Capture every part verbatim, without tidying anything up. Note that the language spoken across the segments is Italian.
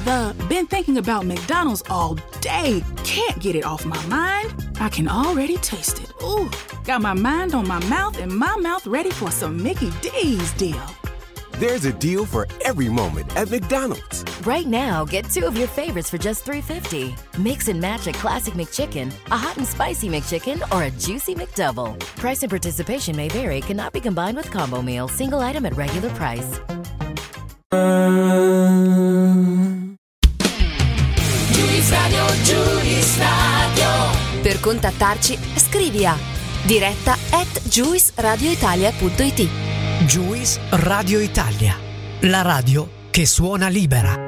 The been thinking about McDonald's all day. Can't get it off my mind. I can already taste it. Ooh, got my mind on my mouth and my mouth ready for some Mickey D's deal. There's a deal for every moment at McDonald's. Right now, get two of your favorites for just three fifty. Mix and match a classic McChicken, a hot and spicy McChicken, or a juicy McDouble. Price and participation may vary. Cannot be combined with combo meal. Single item at regular price. Juice Radio, Juice Radio. Per contattarci, scrivi a diretta at juice radio italia punto it. Juice Radio Italia, la radio che suona libera.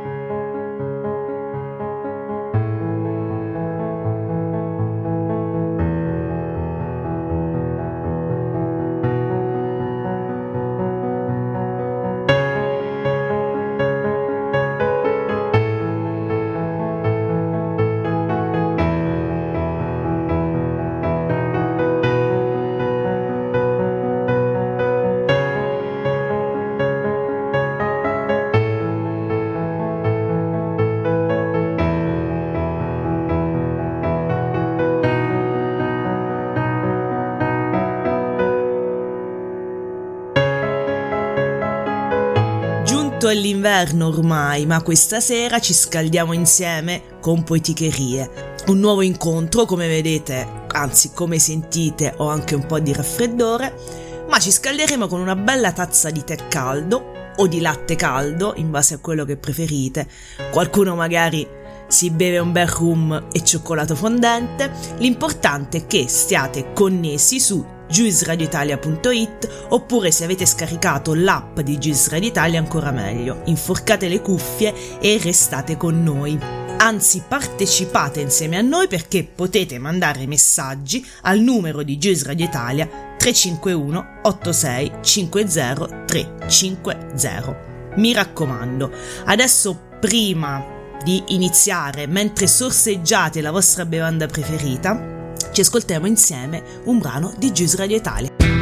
È l'inverno ormai, ma questa sera ci scaldiamo insieme con poeticherie. Un nuovo incontro, come vedete, anzi come sentite ho anche un po' di raffreddore, ma ci scalderemo con una bella tazza di tè caldo o di latte caldo, in base a quello che preferite. Qualcuno magari si beve un bel rum e cioccolato fondente. L'importante è che stiate connessi su juice radio italia punto it, oppure se avete scaricato l'app di Juice Radio Italia ancora meglio, inforcate le cuffie e restate con noi. Anzi, partecipate insieme a noi, perché potete mandare messaggi al numero di Juice Radio Italia tre cinque uno otto sei cinque zero tre cinque zero. Mi raccomando, adesso prima di iniziare, mentre sorseggiate la vostra bevanda preferita, ci ascoltiamo insieme un brano di Juice Radio Italia.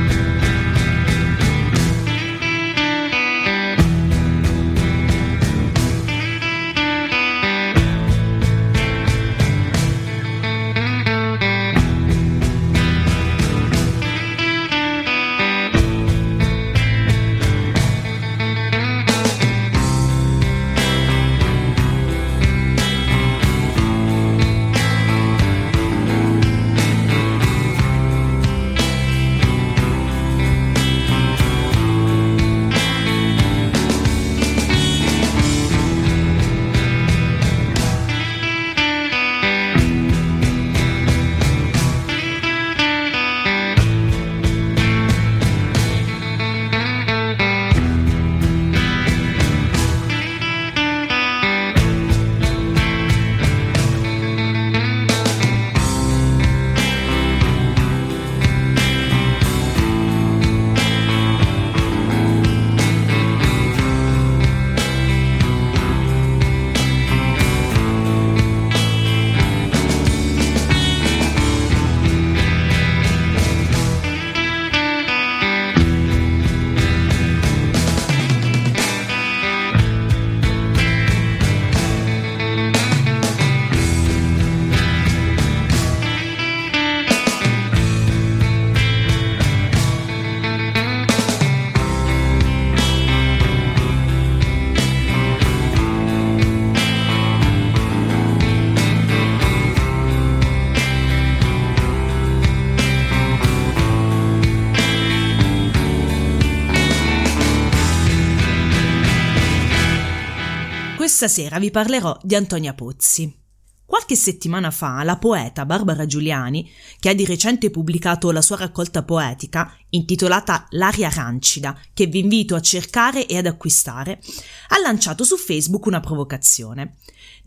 Questa sera vi parlerò di Antonia Pozzi. Qualche settimana fa la poeta Barbara Giuliani, che ha di recente pubblicato la sua raccolta poetica intitolata L'aria rancida, che vi invito a cercare e ad acquistare, ha lanciato su Facebook una provocazione.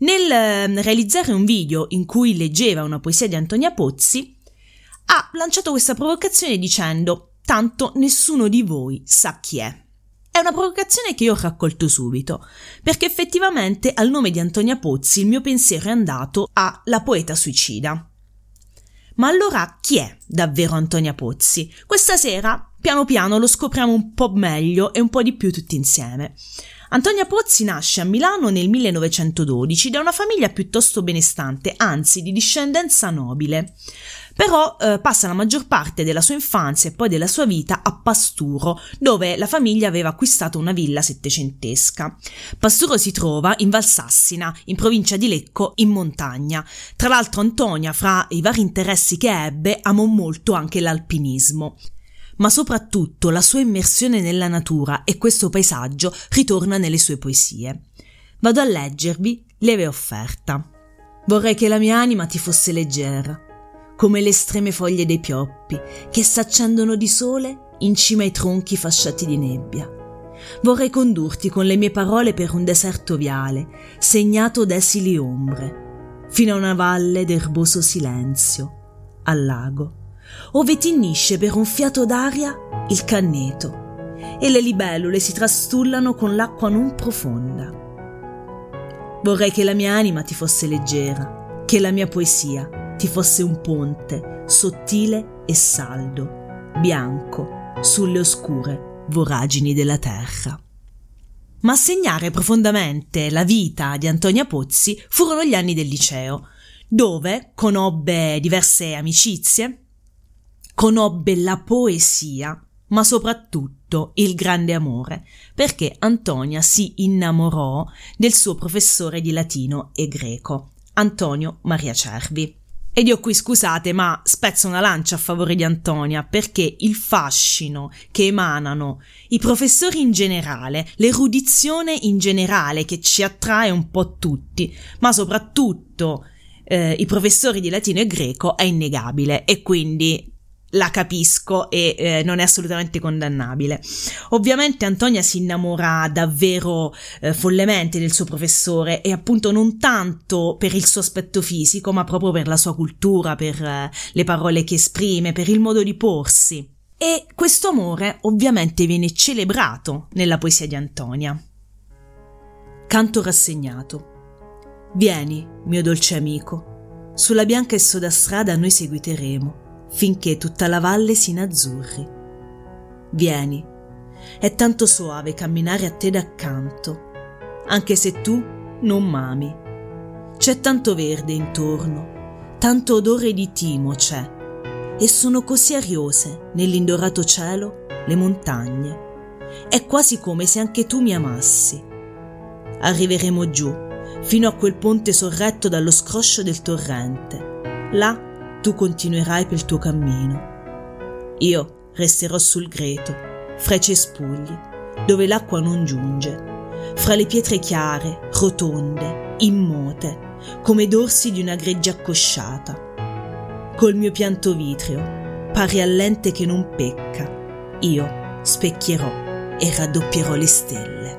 Nel realizzare un video in cui leggeva una poesia di Antonia Pozzi, ha lanciato questa provocazione dicendo: tanto nessuno di voi sa chi è. È una provocazione che io ho raccolto subito, perché effettivamente al nome di Antonia Pozzi il mio pensiero è andato alla poeta suicida. Ma allora chi è davvero Antonia Pozzi? Questa sera piano piano lo scopriamo un po' meglio e un po' di più tutti insieme. Antonia Pozzi nasce a Milano nel millenovecentododici da una famiglia piuttosto benestante, anzi di discendenza nobile. Però eh, passa la maggior parte della sua infanzia e poi della sua vita a Pasturo, dove la famiglia aveva acquistato una villa settecentesca. Pasturo si trova in Valsassina, in provincia di Lecco, in montagna. Tra l'altro Antonia, fra i vari interessi che ebbe, amò molto anche l'alpinismo. Ma soprattutto la sua immersione nella natura e questo paesaggio ritorna nelle sue poesie. Vado a leggervi Lieve offerta. Vorrei che la mia anima ti fosse leggera, come le estreme foglie dei pioppi che s'accendono di sole in cima ai tronchi fasciati di nebbia. Vorrei condurti con le mie parole per un deserto viale, segnato d'esili ombre, fino a una valle d'erboso silenzio, al lago, ove tinnisce per un fiato d'aria il canneto e le libellule si trastullano con l'acqua non profonda. Vorrei che la mia anima ti fosse leggera, che la mia poesia ti fosse un ponte sottile e saldo, bianco, sulle oscure voragini della terra. Ma a segnare profondamente la vita di Antonia Pozzi furono gli anni del liceo, dove conobbe diverse amicizie, conobbe la poesia, ma soprattutto il grande amore, perché Antonia si innamorò del suo professore di latino e greco, Antonio Maria Cervi. Ed io qui, scusate, ma spezzo una lancia a favore di Antonia, perché il fascino che emanano i professori in generale, l'erudizione in generale che ci attrae un po' tutti, ma soprattutto eh, i professori di latino e greco, è innegabile, e quindi la capisco e eh, non è assolutamente condannabile. Ovviamente Antonia si innamora davvero eh, follemente del suo professore, e appunto non tanto per il suo aspetto fisico, ma proprio per la sua cultura, per eh, le parole che esprime, per il modo di porsi. E questo amore ovviamente viene celebrato nella poesia di Antonia. Canto rassegnato. Vieni, mio dolce amico, sulla bianca e soda strada noi seguiteremo, finché tutta la valle si inazzurri. Vieni, è tanto soave camminare a te d'accanto, anche se tu non m'ami. C'è tanto verde intorno, tanto odore di timo c'è, e sono così ariose nell'indorato cielo le montagne. È quasi come se anche tu mi amassi. Arriveremo giù, fino a quel ponte sorretto dallo scroscio del torrente. Là tu continuerai per il tuo cammino. Io resterò sul greto, fra i cespugli, dove l'acqua non giunge, fra le pietre chiare, rotonde, immote, come dorsi di una greggia accosciata. Col mio pianto vitreo, pari al lente che non pecca, io specchierò e raddoppierò le stelle.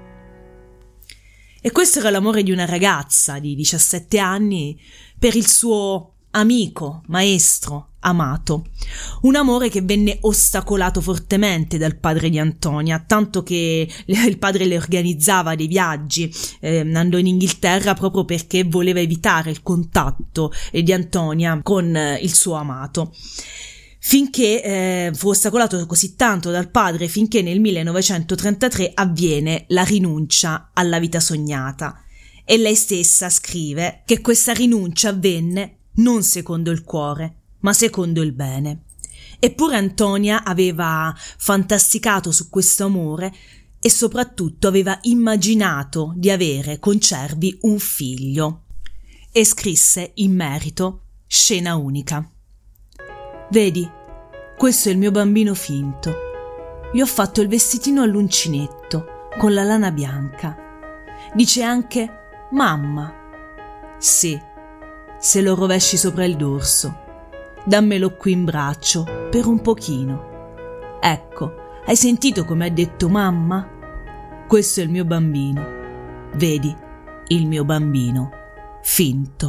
E questo era l'amore di una ragazza di diciassette anni per il suo amico, maestro, amato. Un amore che venne ostacolato fortemente dal padre di Antonia, tanto che il padre le organizzava dei viaggi, eh, andò in Inghilterra proprio perché voleva evitare il contatto eh, di Antonia con eh, il suo amato. Finché eh, fu ostacolato così tanto dal padre, finché nel millenovecentotrentatré avviene la rinuncia alla vita sognata. E lei stessa scrive che questa rinuncia avvenne non secondo il cuore, ma secondo il bene. Eppure Antonia aveva fantasticato su questo amore e soprattutto aveva immaginato di avere con Cervi un figlio. E scrisse in merito scena unica. Vedi, questo è il mio bambino finto. Gli ho fatto il vestitino all'uncinetto con la lana bianca. Dice anche mamma. Sì, se lo rovesci sopra il dorso, dammelo qui in braccio per un pochino. Ecco, hai sentito come ha detto mamma? Questo è il mio bambino. Vedi, il mio bambino finto.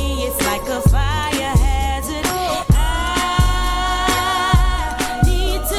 Need to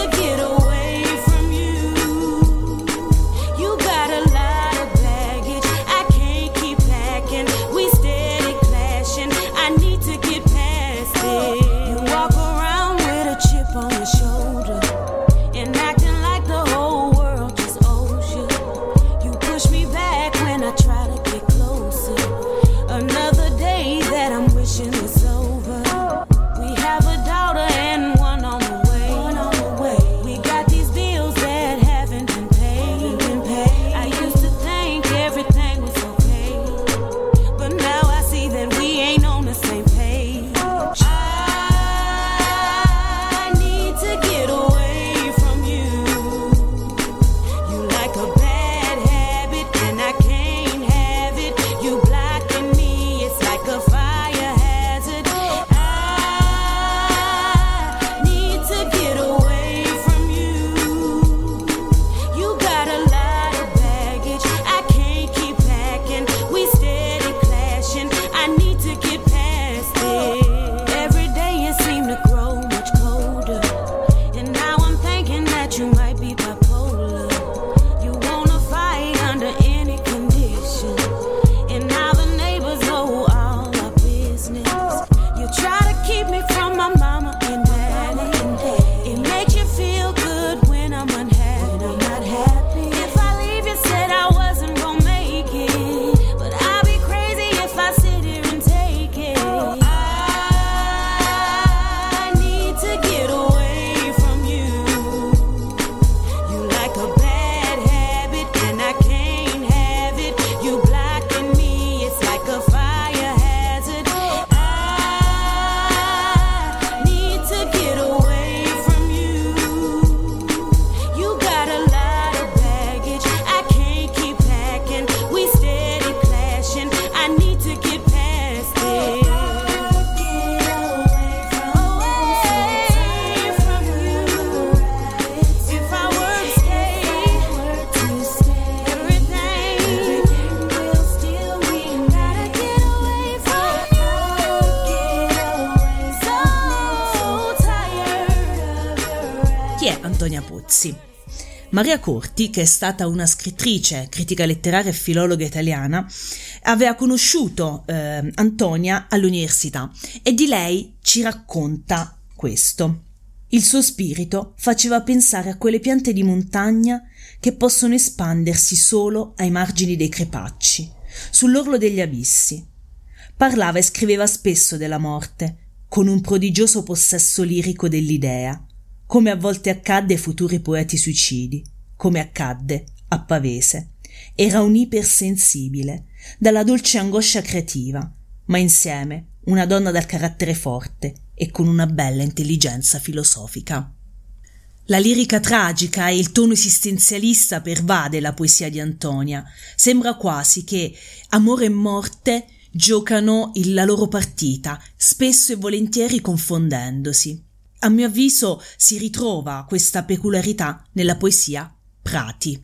Abbuzzi. Maria Corti, che è stata una scrittrice, critica letteraria e filologa italiana, aveva conosciuto eh, Antonia all'università e di lei ci racconta questo. Il suo spirito faceva pensare a quelle piante di montagna che possono espandersi solo ai margini dei crepacci, sull'orlo degli abissi. Parlava e scriveva spesso della morte, con un prodigioso possesso lirico dell'idea, come a volte accadde ai futuri poeti suicidi, come accadde a Pavese. Era un ipersensibile, dalla dolce angoscia creativa, ma insieme una donna dal carattere forte e con una bella intelligenza filosofica. La lirica tragica e il tono esistenzialista pervade la poesia di Antonia. Sembra quasi che amore e morte giocano la loro partita, spesso e volentieri confondendosi. A mio avviso si ritrova questa peculiarità nella poesia Prati.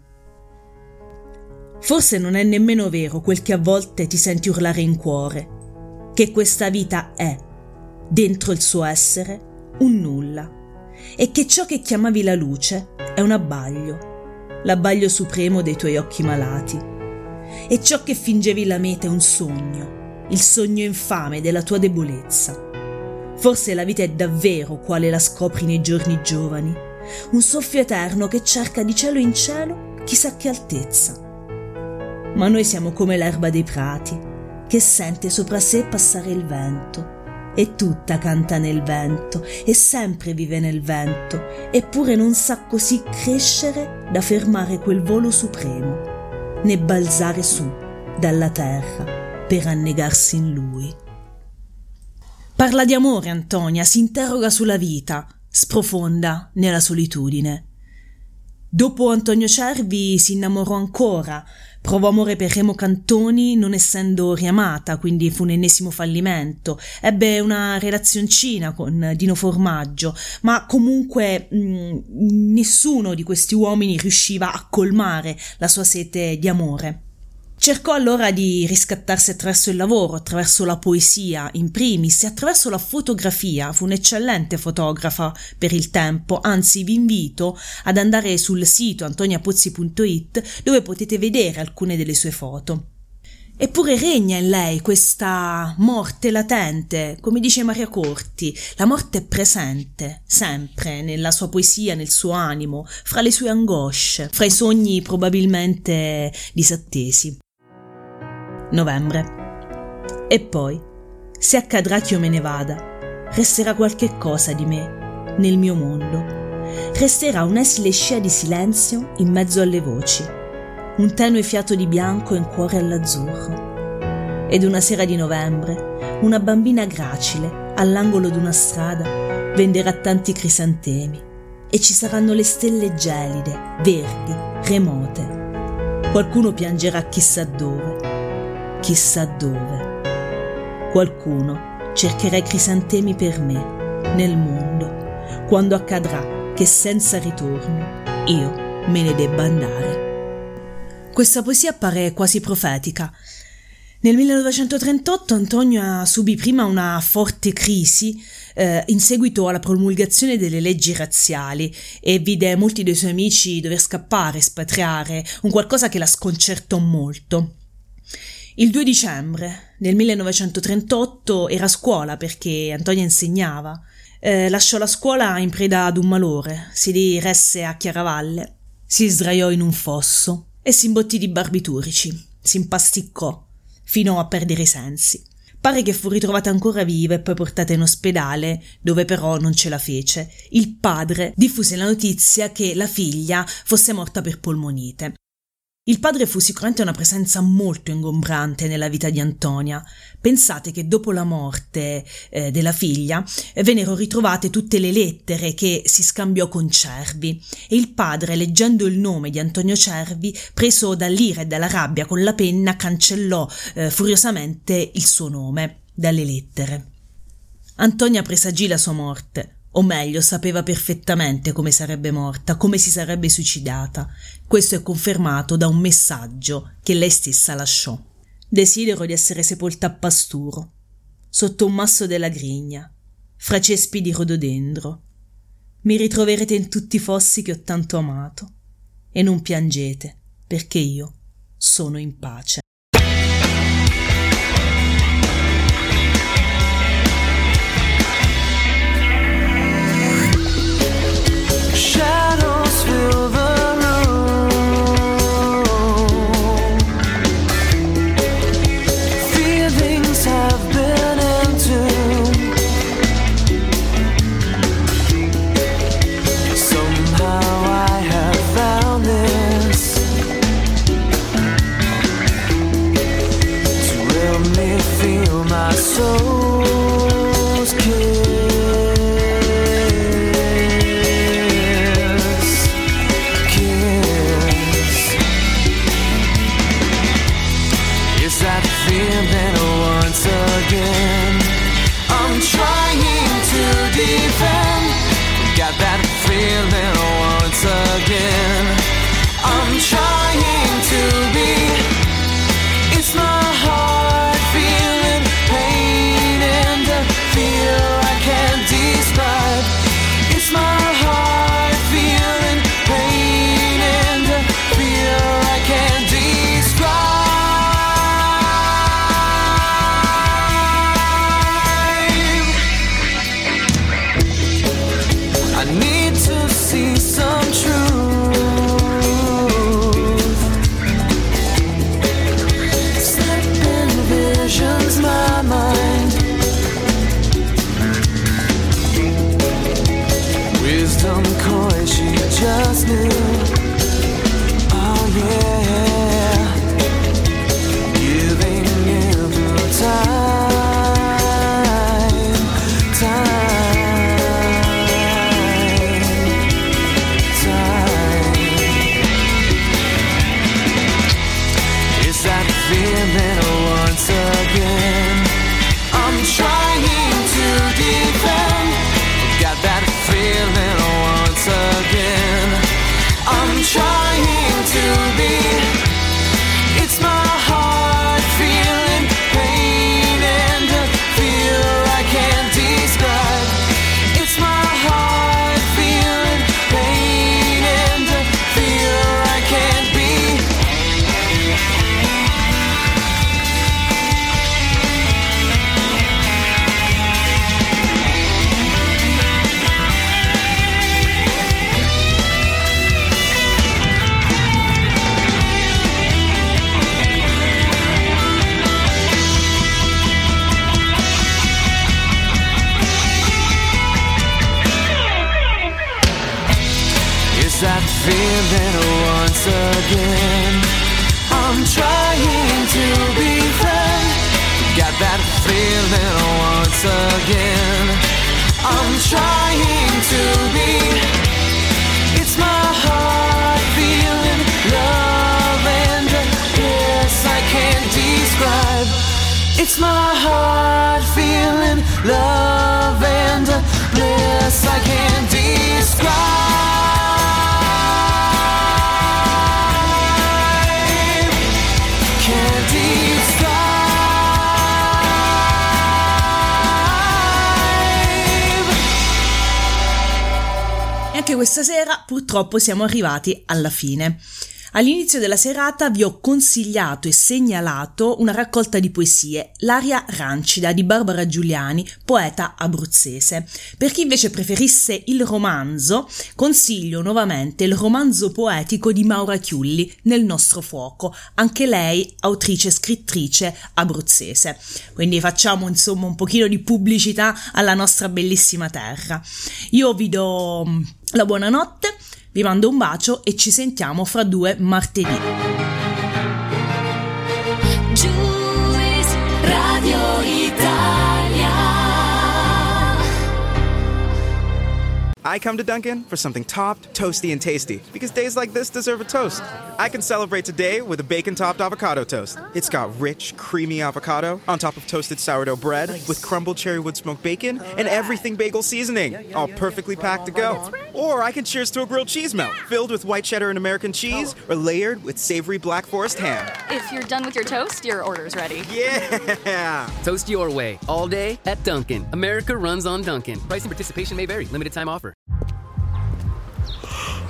Forse non è nemmeno vero quel che a volte ti senti urlare in cuore, che questa vita è, dentro il suo essere, un nulla, e che ciò che chiamavi la luce è un abbaglio, l'abbaglio supremo dei tuoi occhi malati, e ciò che fingevi la meta è un sogno, il sogno infame della tua debolezza. Forse la vita è davvero quale la scopri nei giorni giovani, un soffio eterno che cerca di cielo in cielo chissà che altezza. Ma noi siamo come l'erba dei prati, che sente sopra sé passare il vento, e tutta canta nel vento, e sempre vive nel vento, eppure non sa così crescere da fermare quel volo supremo, né balzare su dalla terra per annegarsi in lui. Parla di amore Antonia, si interroga sulla vita, sprofonda nella solitudine. Dopo Antonio Cervi si innamorò ancora, provò amore per Remo Cantoni non essendo riamata, quindi fu un ennesimo fallimento. Ebbe una relazioncina con Dino Formaggio, ma comunque mh, nessuno di questi uomini riusciva a colmare la sua sete di amore. Cercò allora di riscattarsi attraverso il lavoro, attraverso la poesia in primis e attraverso la fotografia. Fu un'eccellente fotografa per il tempo, anzi vi invito ad andare sul sito antonia pozzi punto it dove potete vedere alcune delle sue foto. Eppure regna in lei questa morte latente, come dice Maria Corti, la morte è presente, sempre, nella sua poesia, nel suo animo, fra le sue angosce, fra i sogni probabilmente disattesi. Novembre. E poi, se accadrà che io me ne vada, resterà qualche cosa di me, nel mio mondo. Resterà un'esile scia di silenzio in mezzo alle voci, un tenue fiato di bianco in cuore all'azzurro. Ed una sera di novembre, una bambina gracile, all'angolo d'una strada, venderà tanti crisantemi, e ci saranno le stelle gelide, verdi, remote. Qualcuno piangerà chissà dove, chissà dove. Qualcuno cercherà i crisantemi per me, nel mondo, quando accadrà che senza ritorno io me ne debba andare. Questa poesia appare quasi profetica. Nel millenovecentotrentotto Antonia subì prima una forte crisi eh, in seguito alla promulgazione delle leggi razziali e vide molti dei suoi amici dover scappare, espatriare, un qualcosa che la sconcertò molto. Il due dicembre del millenovecentotrentotto era a scuola perché Antonia insegnava. Eh, lasciò la scuola in preda ad un malore, si diresse a Chiaravalle, si sdraiò in un fosso e si imbottì di barbiturici, si impasticcò fino a perdere i sensi. Pare che fu ritrovata ancora viva e poi portata in ospedale, dove però non ce la fece. Il padre diffuse la notizia che la figlia fosse morta per polmonite. Il padre fu sicuramente una presenza molto ingombrante nella vita di Antonia. Pensate che dopo la morte eh, della figlia eh, vennero ritrovate tutte le lettere che si scambiò con Cervi e il padre, leggendo il nome di Antonio Cervi, preso dall'ira e dalla rabbia con la penna, cancellò eh, furiosamente il suo nome dalle lettere. Antonia presagì la sua morte. O meglio, sapeva perfettamente come sarebbe morta, come si sarebbe suicidata. Questo è confermato da un messaggio che lei stessa lasciò. Desidero di essere sepolta a Pasturo, sotto un masso della grigna, fra cespi di rododendro. mi ritroverete in tutti i fossi che ho tanto amato. E non piangete, perché io sono in pace. Shadows fill the room. Feelings have been entombed. Somehow I have found this to help me feel my soul's kiss. Feeling once again, I'm trying to defend. Got that feeling once again, I'm trying to be. It's my heart feeling pain and a fear I can't describe. It's my heart feeling pain and a fear I can't describe. I need to see some truth. Slipping visions my mind. Wisdom coy she just knew. Oh yeah. Giving into time. Time. Is that feeling once again? I'm trying to defend. Got that feeling once again. I'm trying to be. It's my heart feeling pain and a fear I can't describe. It's my heart feeling pain and a fear I can't be. Is that feeling once again? I'm trying to be friend. Got that feeling once again. I'm trying to be. It's my heart feeling love and a bliss I can't describe. It's my heart feeling love and a bliss I can't describe. Can't describe. E anche questa sera purtroppo siamo arrivati alla fine. All'inizio della serata vi ho consigliato e segnalato una raccolta di poesie, L'aria rancida di Barbara Giuliani, poeta abruzzese. Per chi invece preferisse il romanzo, consiglio nuovamente il romanzo poetico di Maura Chiulli, Nel nostro fuoco, anche lei autrice e scrittrice abruzzese. Quindi facciamo insomma un pochino di pubblicità alla nostra bellissima terra. Io vi do la buonanotte. Vi mando un bacio e ci sentiamo fra due martedì. Juice Radio Italia. I come to Dunkin' for something topped, toasty, and tasty, because days like this deserve a toast. I can celebrate today with a bacon-topped avocado toast. It's got rich, creamy avocado on top of toasted sourdough bread with crumbled cherry wood smoked bacon and everything bagel seasoning, all perfectly packed to go. Or I can cheers to a grilled cheese melt filled with white cheddar and American cheese or layered with savory Black Forest ham. If you're done with your toast, your order's ready. Yeah! Toast your way all day at Dunkin'. America runs on Dunkin'. Price and participation may vary. Limited time offer.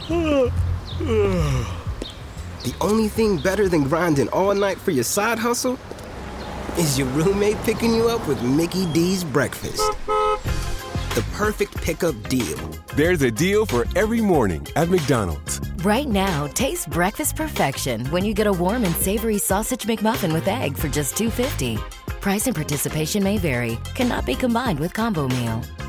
The only thing better than grinding all night for your side hustle is your roommate picking you up with Mickey D's breakfast. The perfect pickup deal. There's a deal for every morning at McDonald's. Right now, taste breakfast perfection when you get a warm and savory sausage McMuffin with egg for just two dollars and fifty cents. Price and participation may vary. Cannot be combined with combo meal.